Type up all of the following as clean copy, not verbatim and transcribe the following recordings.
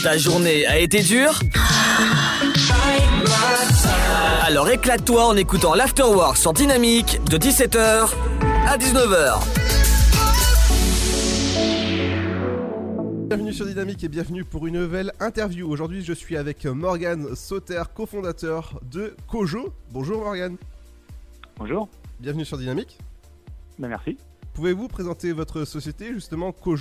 Ta journée a été dure ? Alors éclate-toi en écoutant l'Afterwork sur Dynamique de 17h à 19h. Bienvenue sur Dynamique et bienvenue pour une nouvelle interview. Aujourd'hui, je suis avec Morgan Sauter, cofondateur de Kojo. Bonjour Morgan. Bonjour. Bienvenue sur Dynamique. Merci. Pouvez-vous présenter votre société, justement, Kojo ?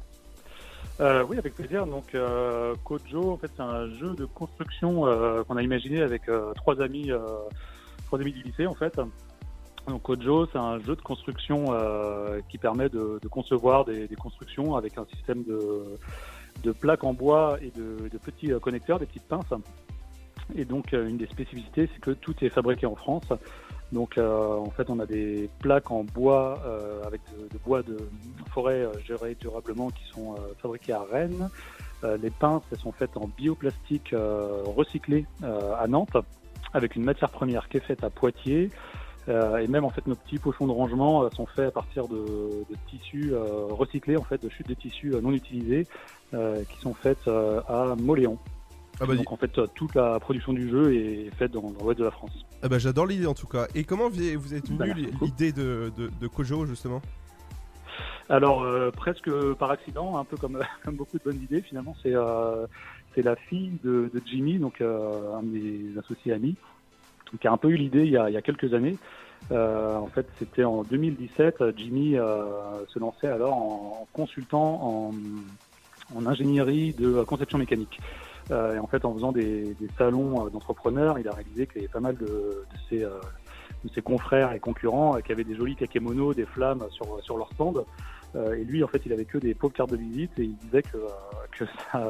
Oui, avec plaisir. Donc, Kojo, en fait, c'est un jeu de construction qu'on a imaginé avec trois amis du lycée, en fait. Donc, Kojo, c'est un jeu de construction qui permet de concevoir des constructions avec un système de plaques en bois et de petits connecteurs, des petites pinces. Et donc, une des spécificités, c'est que tout est fabriqué en France. Donc, en fait, on a des plaques en bois avec de bois de forêt géré durablement qui sont fabriquées à Rennes. Les pinces, elles sont faites en bioplastique recyclé à Nantes, avec une matière première qui est faite à Poitiers. Et même en fait, nos petits pochons de rangement sont faits à partir de tissus recyclés, en fait, de chutes de tissus non utilisés, qui sont faites à Mauléon. Ah bah, donc en fait toute la production du jeu est faite dans l'ouest de la France. Ah bah, j'adore l'idée en tout cas. Et comment vous êtes venu l'idée de Kojo justement ? Alors presque par accident, un peu comme beaucoup de bonnes idées finalement. C'est la fille de Jimmy, donc un de mes associés amis, qui a un peu eu l'idée il y a quelques années. En fait c'était en 2017, Jimmy se lançait alors en consultant en ingénierie de conception mécanique. Et en fait, en faisant des salons d'entrepreneurs, il a réalisé qu'il y avait pas mal de ses confrères et concurrents qui avaient des jolis kakémonos, des flammes sur leur stand. Et lui, en fait, il avait que des pauvres cartes de visite et il disait que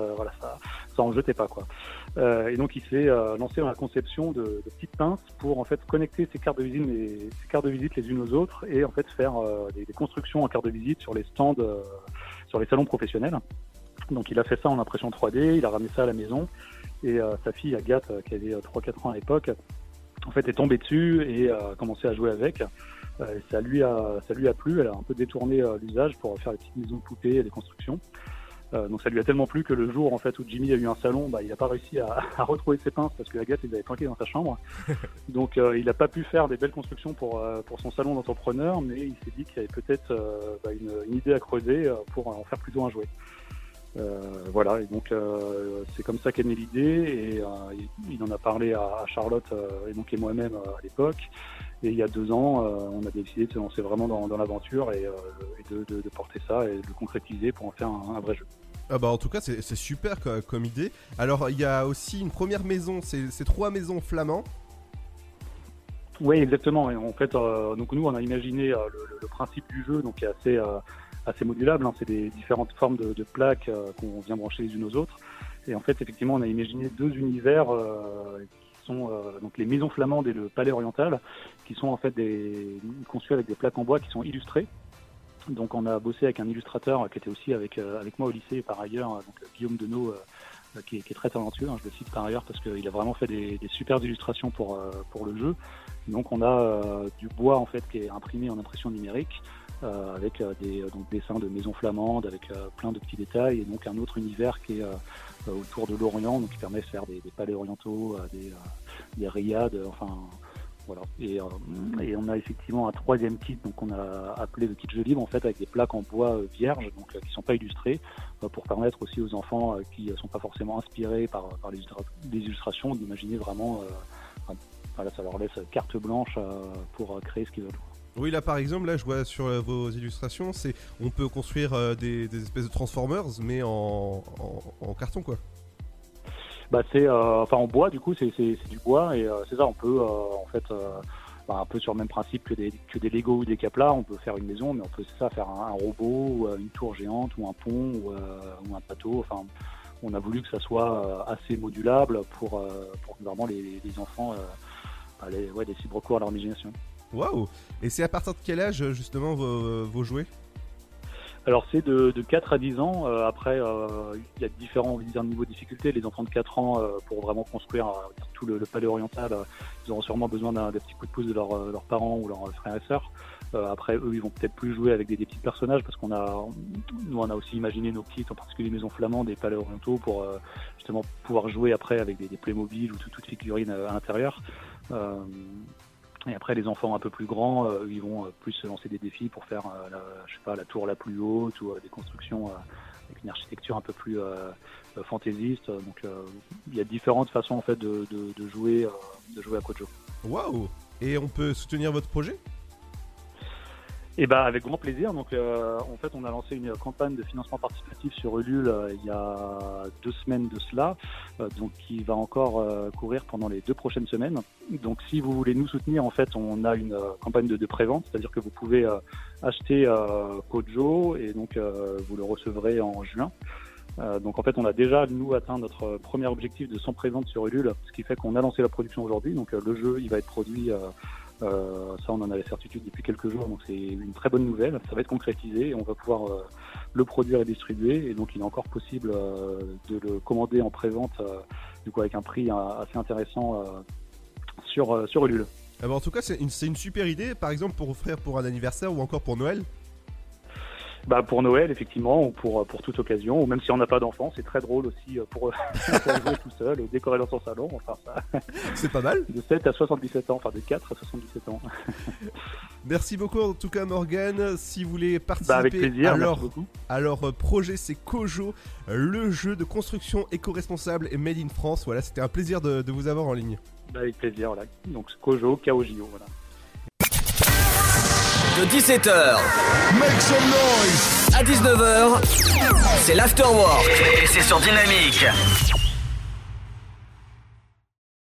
ça en jetait pas, quoi. Et donc, il s'est lancé dans la conception de petites pinces pour en fait connecter ces cartes de visite les unes aux autres et en fait faire des constructions en cartes de visite sur les stands, sur les salons professionnels. Donc il a fait ça en impression 3D, il a ramené ça à la maison et sa fille Agathe, qui avait 3-4 ans à l'époque, en fait est tombée dessus et a commencé à jouer avec. Ça lui a plu, elle a un peu détourné l'usage pour faire les petites maisons de poupées et des constructions. Donc ça lui a tellement plu que le jour en fait où Jimmy a eu un salon, il n'a pas réussi à retrouver ses pinces parce que Agathe les avait planquées dans sa chambre. Donc il n'a pas pu faire des belles constructions pour son salon d'entrepreneur, mais il s'est dit qu'il y avait peut-être une idée à creuser pour en faire plutôt un jouet. Voilà, et donc c'est comme ça qu'est née l'idée et il en a parlé à Charlotte et moi-même à l'époque. Et il y a 2 ans, on a décidé de se lancer vraiment dans l'aventure et de porter ça et de le concrétiser pour en faire un vrai jeu. Ah bah en tout cas c'est super comme idée. Alors il y a aussi une première maison, c'est 3 maisons flamands. Oui, exactement. Et en fait, donc nous on a imaginé le principe du jeu, donc qui est assez modulable, hein. C'est des différentes formes de plaques qu'on vient brancher les unes aux autres. Et en fait, effectivement, on a imaginé 2 univers qui sont donc les maisons flamandes et le palais oriental, qui sont en fait conçus avec des plaques en bois qui sont illustrées. Donc, on a bossé avec un illustrateur qui était aussi avec moi au lycée par ailleurs, donc Guillaume Denot, qui est très talentueux, hein, je le cite par ailleurs parce qu'il a vraiment fait des super illustrations pour le jeu. Donc, on a du bois en fait qui est imprimé en impression numérique. Avec des dessins de maisons flamandes, avec plein de petits détails, et donc un autre univers qui est autour de l'Orient, donc qui permet de faire des palais orientaux, des riades, enfin voilà. Et on a effectivement un 3e kit, donc on a appelé le kit jeu libre en fait, avec des plaques en bois vierge, donc qui sont pas illustrées, pour permettre aussi aux enfants qui sont pas forcément inspirés par les illustrations d'imaginer vraiment. Voilà, ça leur laisse carte blanche pour créer ce qu'ils veulent. Oui, là par exemple, là je vois sur vos illustrations, on peut construire des espèces de Transformers, mais en carton quoi. Bah c'est en bois, du coup c'est du bois et c'est ça, on peut en fait un peu sur le même principe que des Lego ou des Kapla, on peut faire une maison, mais on peut faire un robot ou une tour géante ou un pont ou un bateau. Enfin, on a voulu que ça soit assez modulable pour que vraiment les enfants décident de recours à leur imagination. Waouh! Et c'est à partir de quel âge justement vos jouets? Alors c'est de 4 à 10 ans. Après, il y a différents niveaux de difficulté. Les enfants de 4 ans, pour vraiment construire tout le palais oriental, ils auront sûrement besoin d'un petit coup de pouce de leurs parents ou leurs frères et sœurs. Après, eux, ils vont peut-être plus jouer avec des petits personnages parce nous, on a aussi imaginé nos kits, en particulier Maison Flamande et Palais Orientaux, pour justement pouvoir jouer après avec des Playmobil ou toute figurine à l'intérieur. Et après, les enfants un peu plus grands, ils vont plus se lancer des défis pour faire, la tour la plus haute ou des constructions avec une architecture un peu plus fantaisiste. Donc, il y a différentes façons en fait de jouer à Kojo. Waouh! Et on peut soutenir votre projet? Et avec grand plaisir. Donc, en fait, on a lancé une campagne de financement participatif sur Ulule il y a 2 semaines de cela, donc qui va encore courir pendant les 2 prochaines semaines. Donc, si vous voulez nous soutenir, en fait, on a une campagne de prévente, c'est-à-dire que vous pouvez acheter Kojo et donc vous le recevrez en juin. Donc en fait on a déjà nous atteint notre premier objectif de 100 préventes sur Ulule, ce qui fait qu'on a lancé la production aujourd'hui. Donc le jeu il va être produit, ça on en avait certitude depuis quelques jours, donc c'est une très bonne nouvelle. Ça va être concrétisé et on va pouvoir le produire et distribuer, et donc il est encore possible de le commander en prévente du coup avec un prix assez intéressant sur Ulule. En tout cas c'est une super idée, par exemple pour offrir pour un anniversaire ou encore pour Noël. Pour Noël, effectivement, ou pour toute occasion, ou même si on n'a pas d'enfant, c'est très drôle aussi pour jouer tout seul, décorer dans son salon, enfin ça. C'est pas mal. De 7 à 77 ans, enfin de 4 à 77 ans. Merci beaucoup en tout cas Morgane, si vous voulez participer avec plaisir, merci beaucoup. Alors projet c'est Kojo, le jeu de construction éco-responsable et made in France. Voilà, c'était un plaisir de vous avoir en ligne. Avec plaisir, voilà. Donc Kojo, K-O-J-O, voilà. De 17h Make some noise à 19h, c'est l'Afterwork et c'est sur Dynamique.